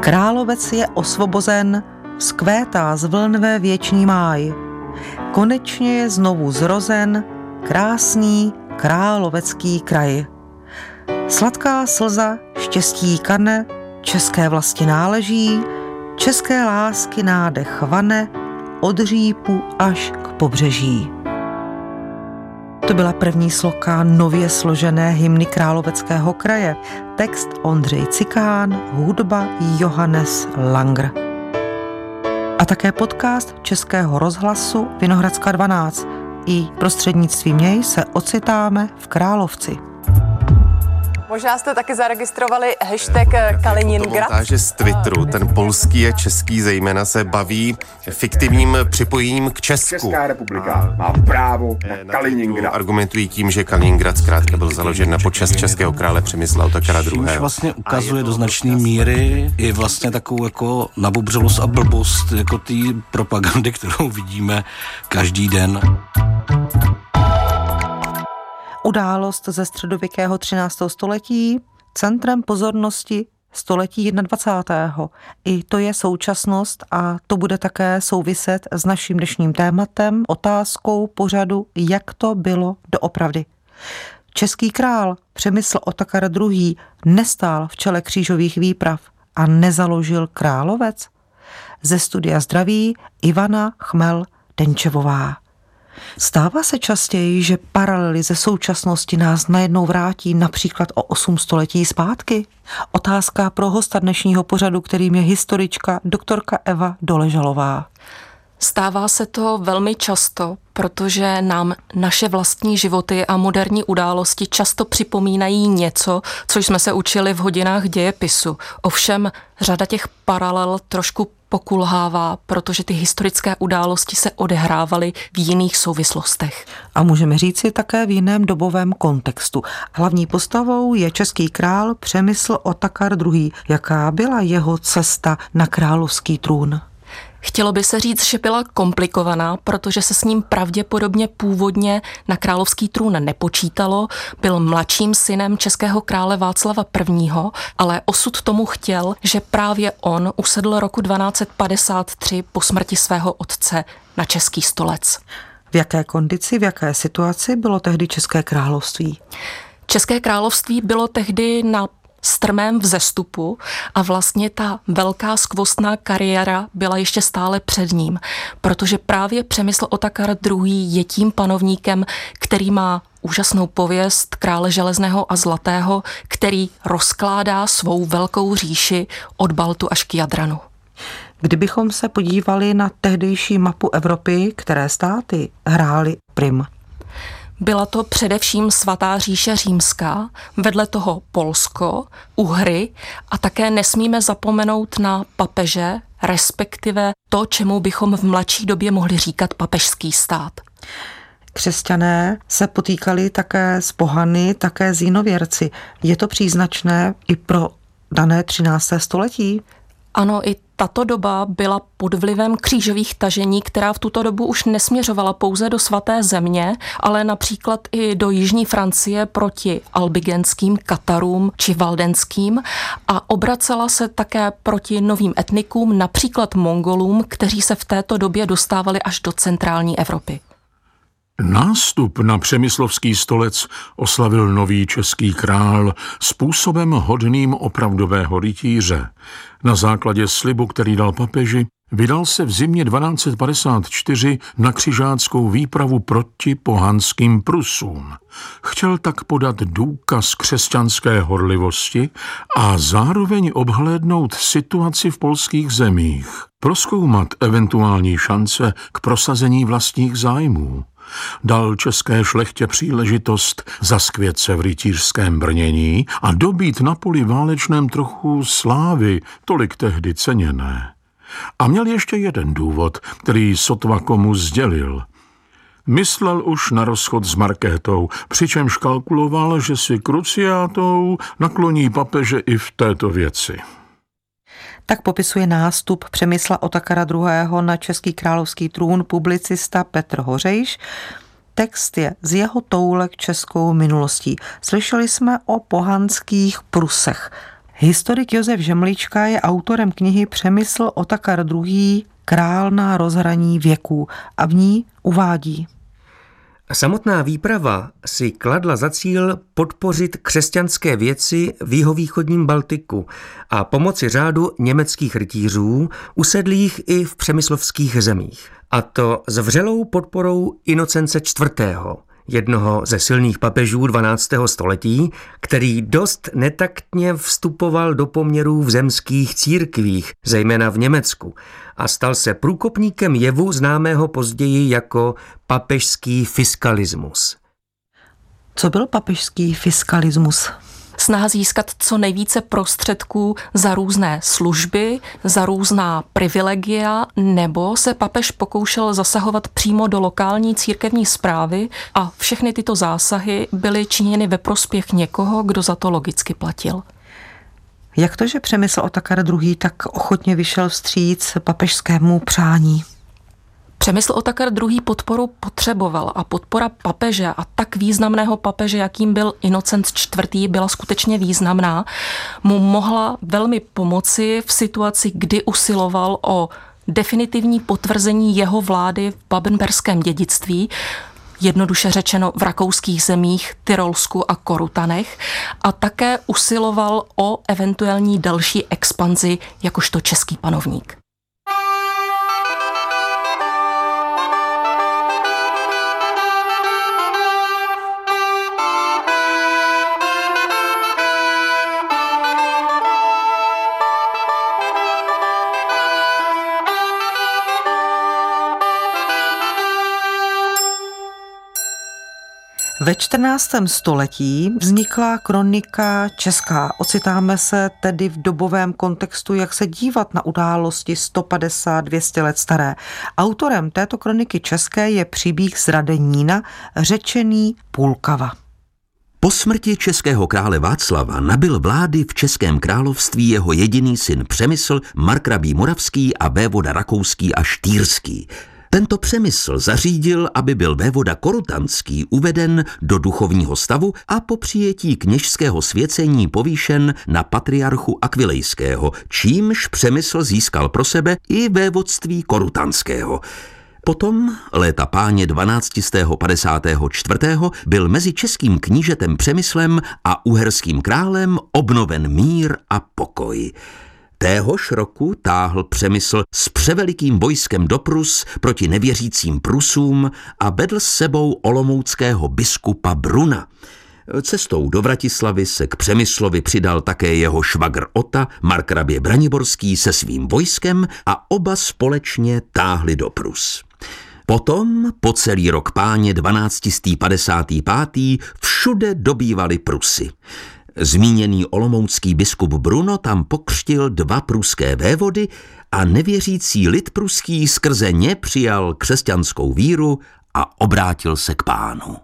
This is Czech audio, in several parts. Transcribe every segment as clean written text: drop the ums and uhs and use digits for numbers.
Královec je osvobozen, vzkvétá z vln ve věčný máj. Konečně je znovu zrozen krásný královecký kraj. Sladká slza štěstí kane, české vlasti náleží, české lásky nádech vane, od Řípu až k pobřeží. To byla první sloka nově složené hymny Královeckého kraje. Text Ondřej Cikán, hudba Johannes Langer. A také podcast Českého rozhlasu Vinohradská 12. I prostřednictvím něj se ocitáme v Královci. Možná jste taky zaregistrovali hashtag Kaliningrad. Montáže z Twitteru, ten polský a český zejména se baví fiktivním připojením k Česku. Česká republika má právo na Kaliningrad. Argumentují tím, že Kaliningrad zkrátka byl založen na počest českého krále Přemysla Otakara II. Už vlastně ukazuje do značné míry i vlastně takovou jako nabubřelost a blbost jako té propagandy, kterou vidíme každý den. Událost ze středověkého 13. století, centrem pozornosti století 21. I to je současnost a to bude také souviset s naším dnešním tématem, otázkou pořadu, jak to bylo doopravdy. Český král Přemysl Otakar II. Nestál v čele křížových výprav a nezaložil Královec? Ze studia zdraví Ivana Chmel-Denčevová. Stává se častěji, že paralely ze současnosti nás najednou vrátí například o 8 století zpátky? Otázka pro hosta dnešního pořadu, kterým je historička doktorka Eva Doležalová. Stává se to velmi často, protože nám naše vlastní životy a moderní události často připomínají něco, co jsme se učili v hodinách dějepisu. Ovšem řada těch paralel trošku pokulhává, protože ty historické události se odehrávaly v jiných souvislostech. A můžeme říci také v jiném dobovém kontextu. Hlavní postavou je český král Přemysl Otakar II. Jaká byla jeho cesta na královský trůn? Chtělo by se říct, že byla komplikovaná, protože se s ním pravděpodobně původně na královský trůn nepočítalo. Byl mladším synem českého krále Václava I., ale osud tomu chtěl, že právě on usedl roku 1253 po smrti svého otce na český stolec. V jaké kondici, v jaké situaci bylo tehdy České království? České království bylo tehdy na strmém vzestupu a vlastně ta velká skvostná kariéra byla ještě stále před ním, protože právě Přemysl Otakar II. Je tím panovníkem, který má úžasnou pověst krále železného a zlatého, který rozkládá svou velkou říši od Baltu až k Jadranu. Kdybychom se podívali na tehdejší mapu Evropy, které státy hrály prim? Byla to především Svatá říše římská, vedle toho Polsko, Uhry a také nesmíme zapomenout na papeže, respektive to, čemu bychom v mladší době mohli říkat papežský stát. Křesťané se potýkali také s pohany, také s jinověrci. Je to příznačné i pro dané 13. století? Ano, i tato doba byla pod vlivem křížových tažení, která v tuto dobu už nesměřovala pouze do svaté země, ale například i do jižní Francie proti albigenským Katarům či valdenským a obracela se také proti novým etnikům, například Mongolům, kteří se v této době dostávali až do centrální Evropy. Nástup na přemyslovský stolec oslavil nový český král způsobem hodným opravdového rytíře. Na základě slibu, který dal papeži, vydal se v zimě 1254 na křižáckou výpravu proti pohanským Prusům. Chtěl tak podat důkaz křesťanské horlivosti a zároveň obhlédnout situaci v polských zemích, prozkoumat eventuální šance k prosazení vlastních zájmů. Dal české šlechtě příležitost zaskvět se v rytířském brnění a dobít na poli válečném trochu slávy, tolik tehdy ceněné. A měl ještě jeden důvod, který sotva komu sdělil. Myslel už na rozchod s Markétou, přičemž kalkuloval, že si kruciátou nakloní papeže i v této věci. Tak popisuje nástup Přemysla Otakara II. Na český královský trůn publicista Petr Hořejš. Text je z jeho toulek českou minulostí. Slyšeli jsme o pohanských Prusech. Historik Josef Žemlička je autorem knihy Přemysl Otakar II. Král na rozhraní věků a v ní uvádí. Samotná výprava si kladla za cíl podpořit křesťanské věci v jihovýchodním Baltiku a pomoci řádu německých rytířů usedlých i v přemyslovských zemích. A to s vřelou podporou Inocence IV., jednoho ze silných papežů 12. století, který dost netaktně vstupoval do poměrů v zemských církvích, zejména v Německu, a stal se průkopníkem jevu známého později jako papežský fiskalismus. Co byl papežský fiskalismus? Snaha získat co nejvíce prostředků za různé služby, za různá privilegia, nebo se papež pokoušel zasahovat přímo do lokální církevní správy a všechny tyto zásahy byly činěny ve prospěch někoho, kdo za to logicky platil. Jak to, že Přemysl Otakar II. Tak ochotně vyšel vstříc papežskému přání? Přemysl Otakar II. Podporu potřeboval a podpora papeže a tak významného papeže, jakým byl Inocent IV., byla skutečně významná. Mu mohla velmi pomoci v situaci, kdy usiloval o definitivní potvrzení jeho vlády v babenberském dědictví, jednoduše řečeno v rakouských zemích, Tyrolsku a Korutanech, a také usiloval o eventuální další expanzi jakožto český panovník. Ve 14. století vznikla kronika česká. Ocitáme se tedy v dobovém kontextu, jak se dívat na události 150-200 let staré. Autorem této kroniky české je příběh z Radenína, řečený Půlkava. Po smrti českého krále Václava nabyl vlády v Českém království jeho jediný syn Přemysl, markrabí moravský a vévoda rakouský a štýrský. Tento Přemysl zařídil, aby byl vévoda korutanský uveden do duchovního stavu a po přijetí kněžského svěcení povýšen na patriarchu akvilejského, čímž Přemysl získal pro sebe i vévodství korutanského. Potom, léta páně 1254. byl mezi českým knížetem Přemyslem a uherským králem obnoven mír a pokoj. Téhož roku táhl Přemysl s převelikým vojskem do Prus proti nevěřícím Prusům a vedl s sebou olomouckého biskupa Bruna. Cestou do Vratislavy se k Přemyslovi přidal také jeho švagr Ota, markrabě Braniborský se svým vojskem a oba společně táhli do Prus. Potom, po celý rok páně 1255. všude dobývali Prusy. Zmíněný olomoucký biskup Bruno tam pokřtil 2 pruské vévody a nevěřící lid pruský skrze ně přijal křesťanskou víru a obrátil se k Pánu.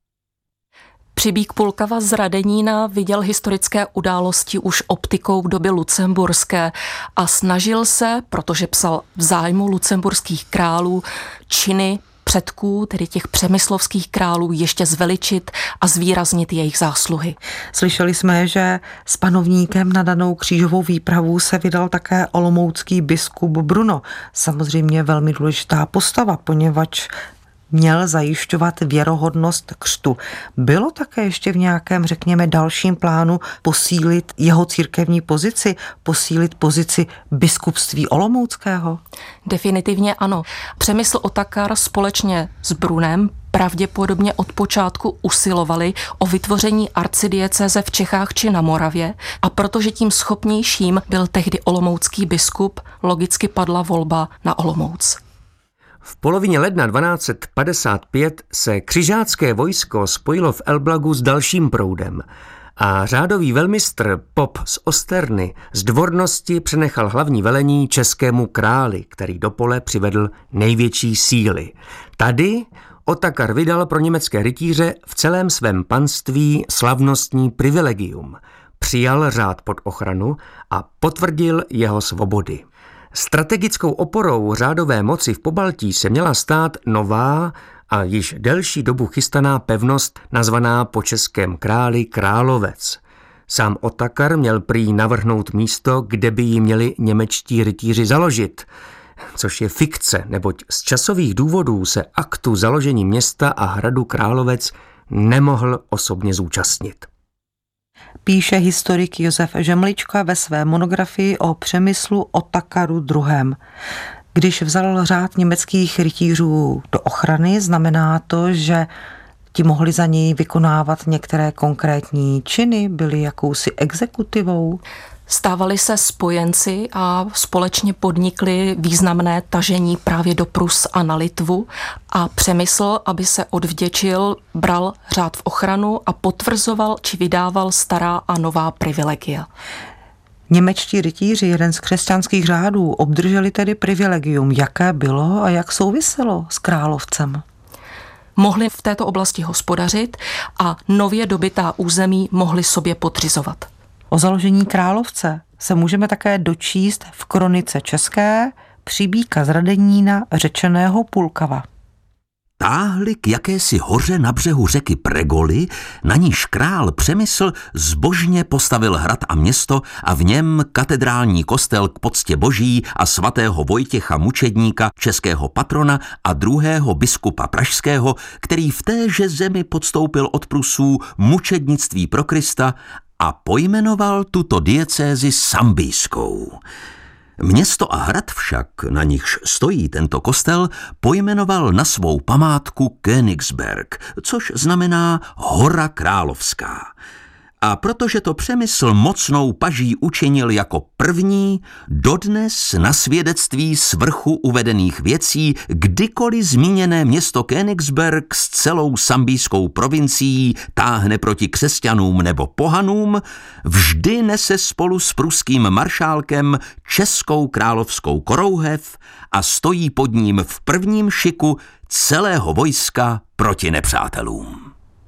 Přibík Půlkava z Radenína viděl historické události už optikou doby lucemburské a snažil se, protože psal v zájmu lucemburských králů, činy předků, tedy těch přemyslovských králů, ještě zveličit a zvýraznit jejich zásluhy. Slyšeli jsme, že s panovníkem na danou křížovou výpravu se vydal také olomoucký biskup Bruno. Samozřejmě velmi důležitá postava, poněvadž měl zajišťovat věrohodnost křtu. Bylo také ještě v nějakém, řekněme, dalším plánu posílit jeho církevní pozici, posílit pozici biskupství olomouckého? Definitivně ano. Přemysl Otakar společně s Brunem pravděpodobně od počátku usilovali o vytvoření arcidiecéze v Čechách či na Moravě a protože tím schopnějším byl tehdy olomoucký biskup, logicky padla volba na Olomouc. V polovině ledna 1255 se křižácké vojsko spojilo v Elblagu s dalším proudem a řádový velmistr Pop z Osterny z dvornosti přenechal hlavní velení českému králi, který do pole přivedl největší síly. Tady Otakar vydal pro německé rytíře v celém svém panství slavnostní privilegium. Přijal řád pod ochranu a potvrdil jeho svobody. Strategickou oporou řádové moci v Pobaltí se měla stát nová a již delší dobu chystaná pevnost nazvaná po českém králi Královec. Sám Otakar měl prý navrhnout místo, kde by ji měli němečtí rytíři založit, což je fikce, neboť z časových důvodů se aktu založení města a hradu Královec nemohl osobně zúčastnit. Píše historik Josef Žemlička ve své monografii o Přemyslu Otakaru II. Když vzal řád německých rytířů do ochrany, znamená to, že ti mohli za něj vykonávat některé konkrétní činy, byli jakousi exekutivou? Stávali se spojenci a společně podnikli významné tažení právě do Prus a na Litvu a Přemysl, aby se odvděčil, bral řád v ochranu a potvrzoval či vydával stará a nová privilegia. Němečtí rytíři, jeden z křesťanských řádů, obdrželi tedy privilegium. Jaké bylo a jak souviselo s královcem? Mohli v této oblasti hospodařit a nově dobytá území mohli sobě podřizovat. O založení Královce se můžeme také dočíst v kronice české Přibíjka z Radenína řečeného Pulkava. Táhli k jakési hoře na břehu řeky Pregoly, na níž král Přemysl zbožně postavil hrad a město a v něm katedrální kostel k poctě boží a svatého Vojtěcha mučedníka, českého patrona a druhého biskupa pražského, který v téže zemi podstoupil od Prusů mučednictví pro Krista a pojmenoval tuto diecézi Sambijskou. Město a hrad však, na nichž stojí tento kostel, pojmenoval na svou památku Königsberg, což znamená Hora královská. A protože to Přemysl mocnou paží učinil jako první, dodnes na svědectví svrchu uvedených věcí kdykoliv zmíněné město Königsberg s celou sambijskou provincií táhne proti křesťanům nebo pohanům, vždy nese spolu s pruským maršálkem českou královskou korouhev a stojí pod ním v prvním šiku celého vojska proti nepřátelům.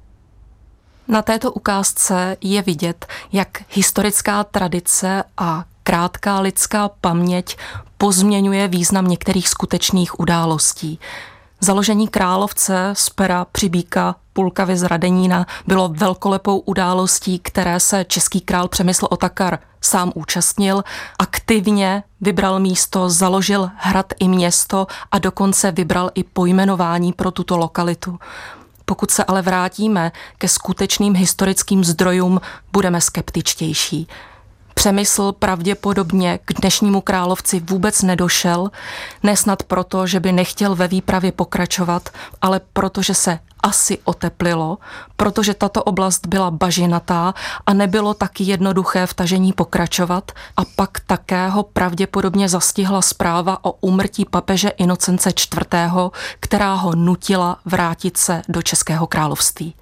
Na této ukázce je vidět, jak historická tradice a krátká lidská paměť pozměňuje význam některých skutečných událostí. Založení Královce z pera Přibíjka Pulkavy z Radenína bylo velkolepou událostí, které se český král Přemysl Otakar sám účastnil, aktivně vybral místo, založil hrad i město a dokonce vybral i pojmenování pro tuto lokalitu. Pokud se ale vrátíme ke skutečným historickým zdrojům, budeme skeptičtější. Přemysl pravděpodobně k dnešnímu královci vůbec nedošel, nesnad proto, že by nechtěl ve výpravě pokračovat, ale protože se asi oteplilo, protože tato oblast byla bažinatá a nebylo taky jednoduché v tažení pokračovat a pak také ho pravděpodobně zastihla zpráva o úmrtí papeže Inocence IV., která ho nutila vrátit se do Českého království.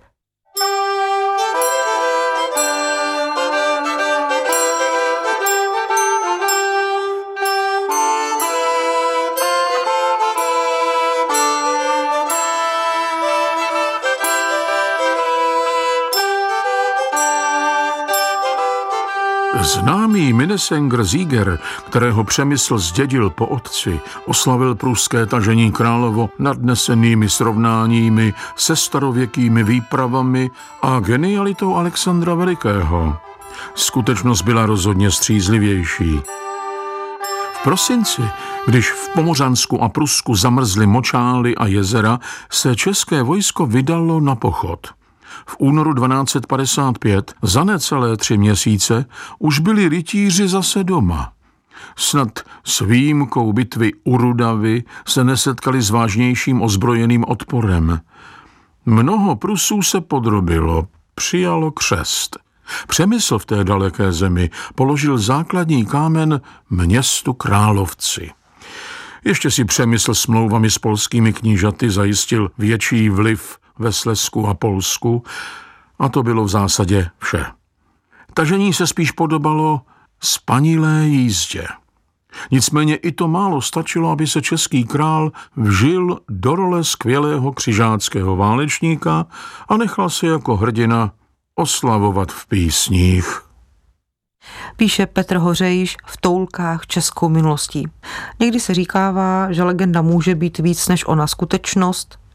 Známý Minnesänger Sieger, kterého Přemysl zdědil po otci, oslavil pruské tažení Královo nadnesenými srovnáními se starověkými výpravami a genialitou Alexandra Velikého. Skutečnost byla rozhodně střízlivější. V prosinci, když v Pomořansku a Prusku zamrzly močály a jezera, se české vojsko vydalo na pochod. V únoru 1255, za necelé 3 měsíce, už byli rytíři zase doma. Snad s výjimkou bitvy u Rudavy se nesetkali s vážnějším ozbrojeným odporem. Mnoho Prusů se podrobilo, přijalo křest. Přemysl v té daleké zemi položil základní kámen městu Královci. Ještě si Přemysl smlouvami s polskými knížaty zajistil větší vliv ve Slezsku a Polsku a to bylo v zásadě vše. Tažení se spíš podobalo spanilé jízdě. Nicméně i to málo stačilo, aby se český král vžil do role skvělého křižáckého válečníka a nechal se jako hrdina oslavovat v písních. Píše Petr Hořejš v Toulkách českou minulostí. Někdy se říkává, že legenda může být víc než ona skutečnost,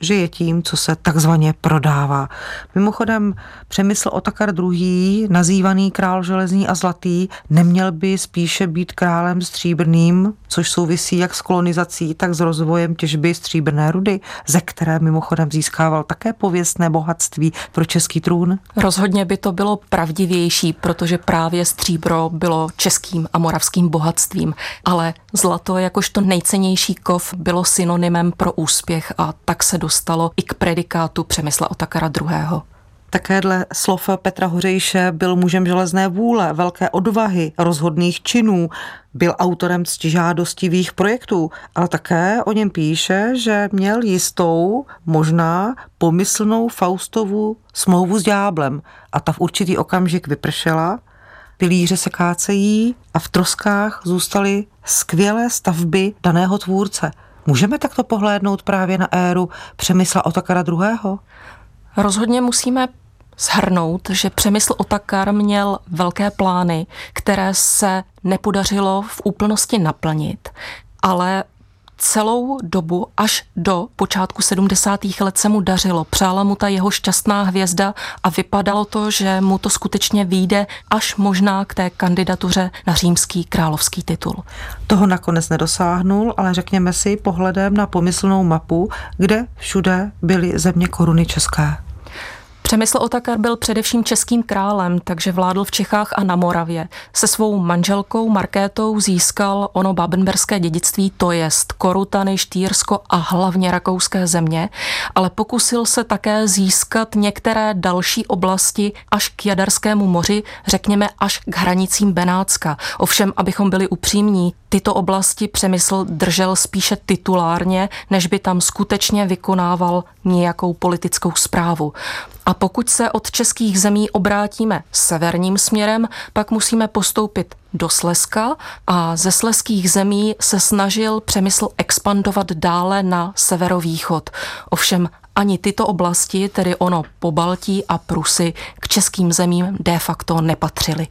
že je tím, co se takzvaně prodává. Mimochodem Přemysl Otakar II., nazývaný král železný a zlatý, neměl by spíše být králem stříbrným, což souvisí jak s kolonizací, tak s rozvojem těžby stříbrné rudy, ze které mimochodem získával také pověstné bohatství pro český trůn? Rozhodně by to bylo pravdivější, protože právě stříbro bylo českým a moravským bohatstvím, ale zlato jakožto nejcennější kov bylo synonymem pro úspěch a tak se dostalo i k predikátu Přemysla Otakara II. Také dle slov Petra Hořejše byl mužem železné vůle, velké odvahy, rozhodných činů, byl autorem ctižádostivých projektů, ale také o něm píše, že měl jistou, možná pomyslnou Faustovu smlouvu s ďáblem a ta v určitý okamžik vypršela, pilíře se kácejí a v troskách zůstaly skvělé stavby daného tvůrce. Můžeme takto pohlédnout právě na éru Přemysla Otakara II.? Rozhodně musíme shrnout, že Přemysl Otakar měl velké plány, které se nepodařilo v úplnosti naplnit, ale celou dobu až do počátku 70. let se mu dařilo. Přála mu ta jeho šťastná hvězda a vypadalo to, že mu to skutečně vyjde až možná k té kandidatuře na římský královský titul. Toho nakonec nedosáhnul, ale řekněme si pohledem na pomyslnou mapu, kde všude byly země koruny české. Přemysl Otakar byl především českým králem, takže vládl v Čechách a na Moravě. Se svou manželkou Markétou získal ono babenberské dědictví, to jest Korutany, Štýrsko a hlavně rakouské země, ale pokusil se také získat některé další oblasti až k Jadarskému moři, řekněme až k hranicím Benátska. Ovšem, abychom byli upřímní, tyto oblasti Přemysl držel spíše titulárně, než by tam skutečně vykonával nějakou politickou správu. A pokud se od českých zemí obrátíme severním směrem, pak musíme postoupit do Slezska a ze slezských zemí se snažil Přemysl expandovat dále na severovýchod. Ovšem ani tyto oblasti, tedy ono Pobaltí a Prusy, k českým zemím de facto nepatřily.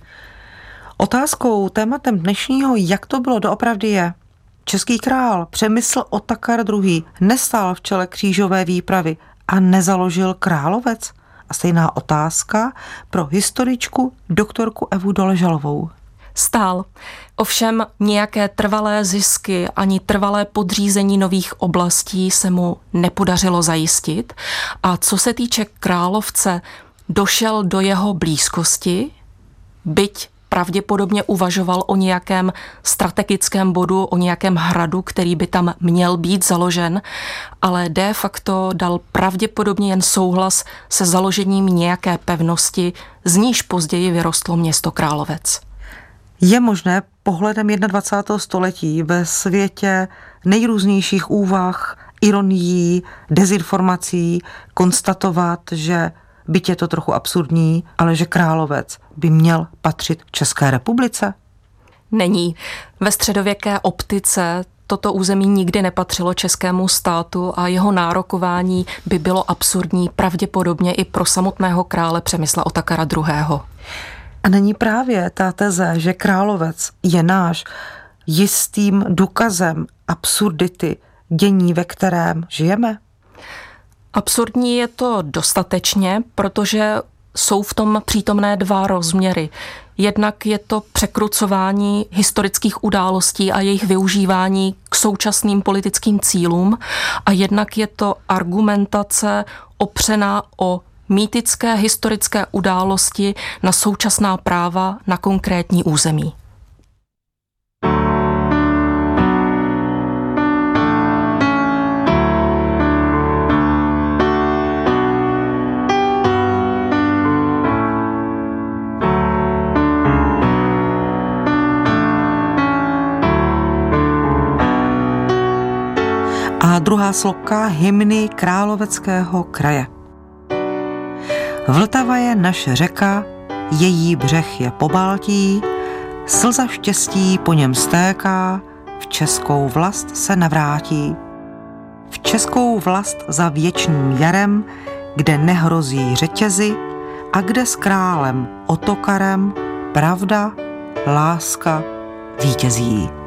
Otázkou, tématem dnešního, jak to bylo doopravdy je. Český král Přemysl Otakar II. Nestál v čele křížové výpravy a nezaložil Královec? A stejná otázka pro historičku doktorku Evu Doležalovou. Stál. Ovšem nějaké trvalé zisky ani trvalé podřízení nových oblastí se mu nepodařilo zajistit. A co se týče Královce, došel do jeho blízkosti, byť pravděpodobně uvažoval o nějakém strategickém bodu, o nějakém hradu, který by tam měl být založen, ale de facto dal pravděpodobně jen souhlas se založením nějaké pevnosti, z níž později vyrostlo město Královec. Je možné pohledem 21. století ve světě nejrůznějších úvah, ironií, dezinformací konstatovat, že byť je to trochu absurdní, ale že Královec by měl patřit České republice? Není. Ve středověké optice toto území nikdy nepatřilo českému státu a jeho nárokování by bylo absurdní pravděpodobně i pro samotného krále Přemysla Otakara II. A není právě ta teze, že Královec je náš, jistým důkazem absurdity dění, ve kterém žijeme? Absurdní je to dostatečně, protože jsou v tom přítomné dva rozměry. Jednak je to překrucování historických událostí a jejich využívání k současným politickým cílům a jednak je to argumentace opřená o mýtické historické události na současná práva na konkrétní území. A druhá sloka hymny Královeckého kraje. Vltava je naše řeka, její břeh je Pobaltí, slza štěstí po něm stéká, v českou vlast se navrátí. V českou vlast za věčným jarem, kde nehrozí řetězy a kde s králem Otokarem pravda, láska vítězí.